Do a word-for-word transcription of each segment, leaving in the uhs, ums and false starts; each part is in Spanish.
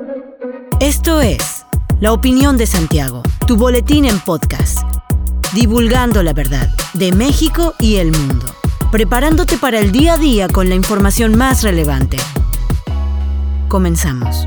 Esto es La Opinión de Santiago, tu boletín en podcast, divulgando la verdad de México y el mundo, preparándote para el día a día con la información más relevante. Comenzamos.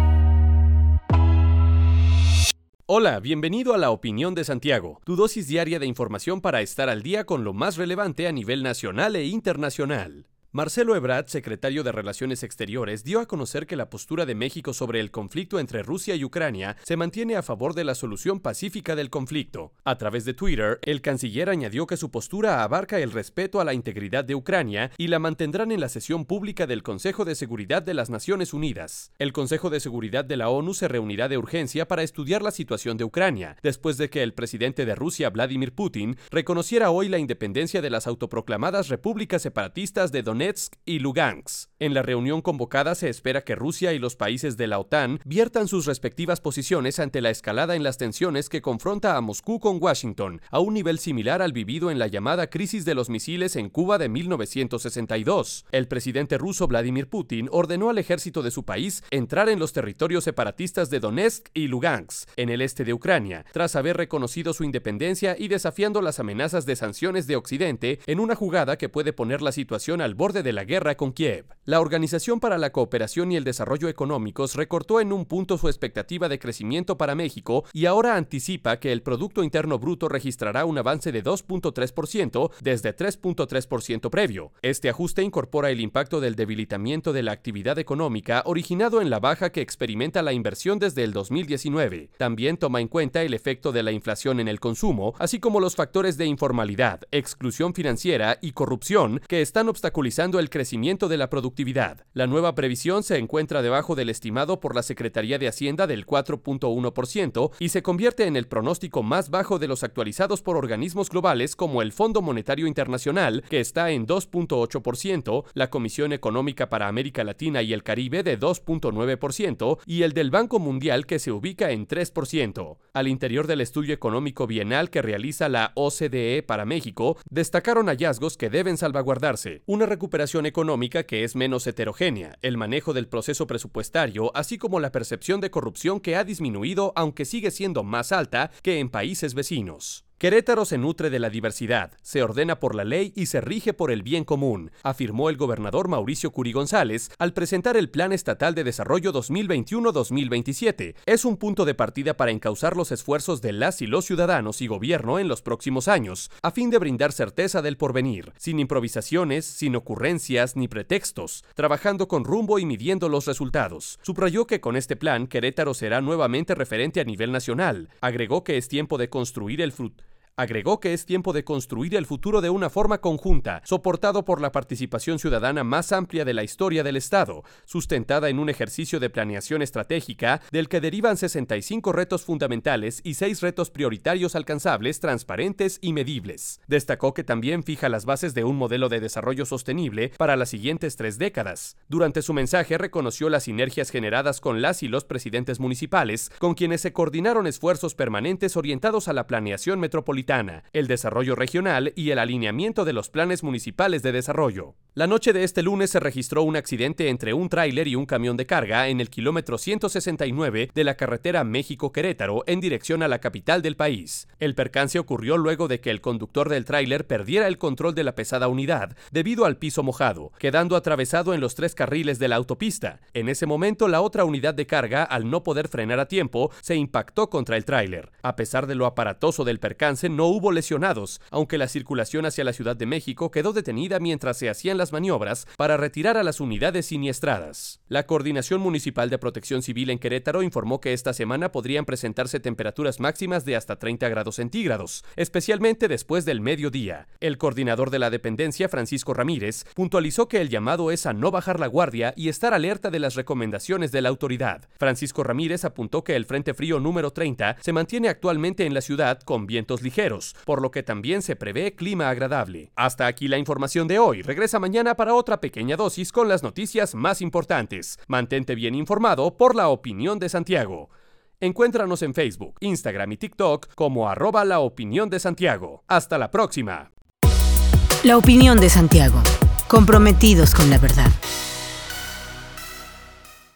Hola, bienvenido a La Opinión de Santiago, tu dosis diaria de información para estar al día con lo más relevante a nivel nacional e internacional. Marcelo Ebrard, secretario de Relaciones Exteriores, dio a conocer que la postura de México sobre el conflicto entre Rusia y Ucrania se mantiene a favor de la solución pacífica del conflicto. A través de Twitter, el canciller añadió que su postura abarca el respeto a la integridad de Ucrania y la mantendrán en la sesión pública del Consejo de Seguridad de las Naciones Unidas. El Consejo de Seguridad de la ONU se reunirá de urgencia para estudiar la situación de Ucrania, después de que el presidente de Rusia, Vladimir Putin, reconociera hoy la independencia de las autoproclamadas repúblicas separatistas de Donetsk y Lugansk. En la reunión convocada se espera que Rusia y los países de la OTAN viertan sus respectivas posiciones ante la escalada en las tensiones que confronta a Moscú con Washington, a un nivel similar al vivido en la llamada crisis de los misiles en Cuba de mil novecientos sesenta y dos. El presidente ruso Vladimir Putin ordenó al ejército de su país entrar en los territorios separatistas de Donetsk y Lugansk, en el este de Ucrania, tras haber reconocido su independencia y desafiando las amenazas de sanciones de Occidente en una jugada que puede poner la situación al borde de la guerra con Kiev. La Organización para la Cooperación y el Desarrollo Económicos recortó en un punto su expectativa de crecimiento para México y ahora anticipa que el Producto Interno Bruto registrará un avance de dos punto tres por ciento desde tres punto tres por ciento previo. Este ajuste incorpora el impacto del debilitamiento de la actividad económica originado en la baja que experimenta la inversión desde el dos mil diecinueve. También toma en cuenta el efecto de la inflación en el consumo, así como los factores de informalidad, exclusión financiera y corrupción que están obstaculizando el crecimiento de la productividad. La nueva previsión se encuentra debajo del estimado por la Secretaría de Hacienda del cuatro punto uno por ciento y se convierte en el pronóstico más bajo de los actualizados por organismos globales como el Fondo Monetario Internacional, que está en dos punto ocho por ciento, la Comisión Económica para América Latina y el Caribe de dos punto nueve por ciento y el del Banco Mundial, que se ubica en tres por ciento. Al interior del estudio económico bienal que realiza la O C D E para México, destacaron hallazgos que deben salvaguardarse: una recuperación económica que es menos heterogénea, el manejo del proceso presupuestario, así como la percepción de corrupción que ha disminuido, aunque sigue siendo más alta que en países vecinos. Querétaro se nutre de la diversidad, se ordena por la ley y se rige por el bien común, afirmó el gobernador Mauricio Curi González al presentar el Plan Estatal de Desarrollo dos mil veintiuno a dos mil veintisiete. Es un punto de partida para encauzar los esfuerzos de las y los ciudadanos y gobierno en los próximos años, a fin de brindar certeza del porvenir, sin improvisaciones, sin ocurrencias ni pretextos, trabajando con rumbo y midiendo los resultados. Subrayó que con este plan Querétaro será nuevamente referente a nivel nacional. Agregó que es tiempo de construir el fruto. Agregó que es tiempo de construir el futuro de una forma conjunta, soportado por la participación ciudadana más amplia de la historia del Estado, sustentada en un ejercicio de planeación estratégica del que derivan sesenta y cinco retos fundamentales y seis retos prioritarios alcanzables, transparentes y medibles. Destacó que también fija las bases de un modelo de desarrollo sostenible para las siguientes tres décadas. Durante su mensaje reconoció las sinergias generadas con las y los presidentes municipales, con quienes se coordinaron esfuerzos permanentes orientados a la planeación metropolitana, el desarrollo regional y el alineamiento de los planes municipales de desarrollo. La noche de este lunes se registró un accidente entre un tráiler y un camión de carga en el kilómetro ciento sesenta y nueve de la carretera México-Querétaro en dirección a la capital del país. El percance ocurrió luego de que el conductor del tráiler perdiera el control de la pesada unidad debido al piso mojado, quedando atravesado en los tres carriles de la autopista. En ese momento, la otra unidad de carga, al no poder frenar a tiempo, se impactó contra el tráiler. A pesar de lo aparatoso del percance, no hubo lesionados, aunque la circulación hacia la Ciudad de México quedó detenida mientras se hacían las maniobras para retirar a las unidades siniestradas. La Coordinación Municipal de Protección Civil en Querétaro informó que esta semana podrían presentarse temperaturas máximas de hasta treinta grados centígrados, especialmente después del mediodía. El coordinador de la dependencia, Francisco Ramírez, puntualizó que el llamado es a no bajar la guardia y estar alerta de las recomendaciones de la autoridad. Francisco Ramírez apuntó que el Frente Frío número treinta se mantiene actualmente en la ciudad con vientos ligeros, por lo que también se prevé clima agradable. Hasta aquí la información de hoy. Regresa mañana para otra pequeña dosis con las noticias más importantes. Mantente bien informado por La Opinión de Santiago. Encuéntranos en Facebook, Instagram y TikTok como arroba La Opinión de Santiago. Hasta la próxima. La Opinión de Santiago. Comprometidos con la verdad.